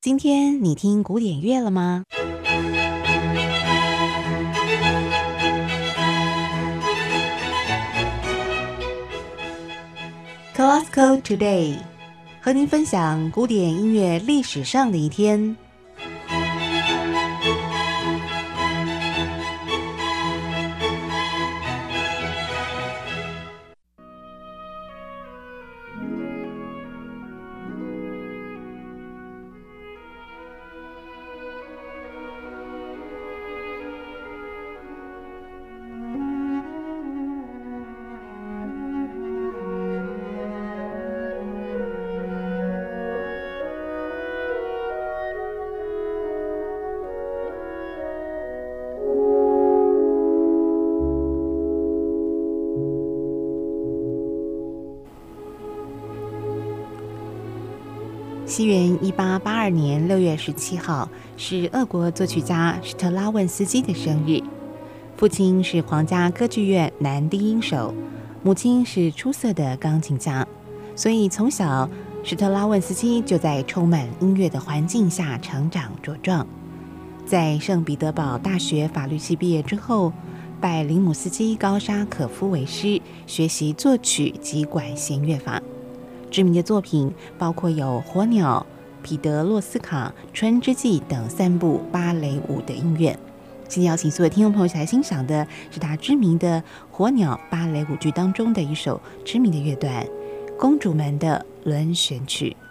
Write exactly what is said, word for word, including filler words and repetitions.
今天你听古典乐了吗？Classical Today 和您分享古典音乐历史上的一天。西元一八八二年六月十七号是俄国作曲家施特拉文斯基的生日。父亲是皇家歌剧院男低音手，母亲是出色的钢琴家，所以从小施特拉文斯基就在充满音乐的环境下成长茁壮。在圣彼得堡大学法律系毕业之后，拜林姆斯基高沙可夫为师，学习作曲及管弦乐法。知名的作品包括有《火鸟》、《彼得洛斯卡》、《春之祭》等三部芭蕾舞的音乐。今天邀请所有听众朋友一起来欣赏的是他知名的《火鸟》芭蕾舞剧当中的一首知名的乐段《公主们的轮旋曲》。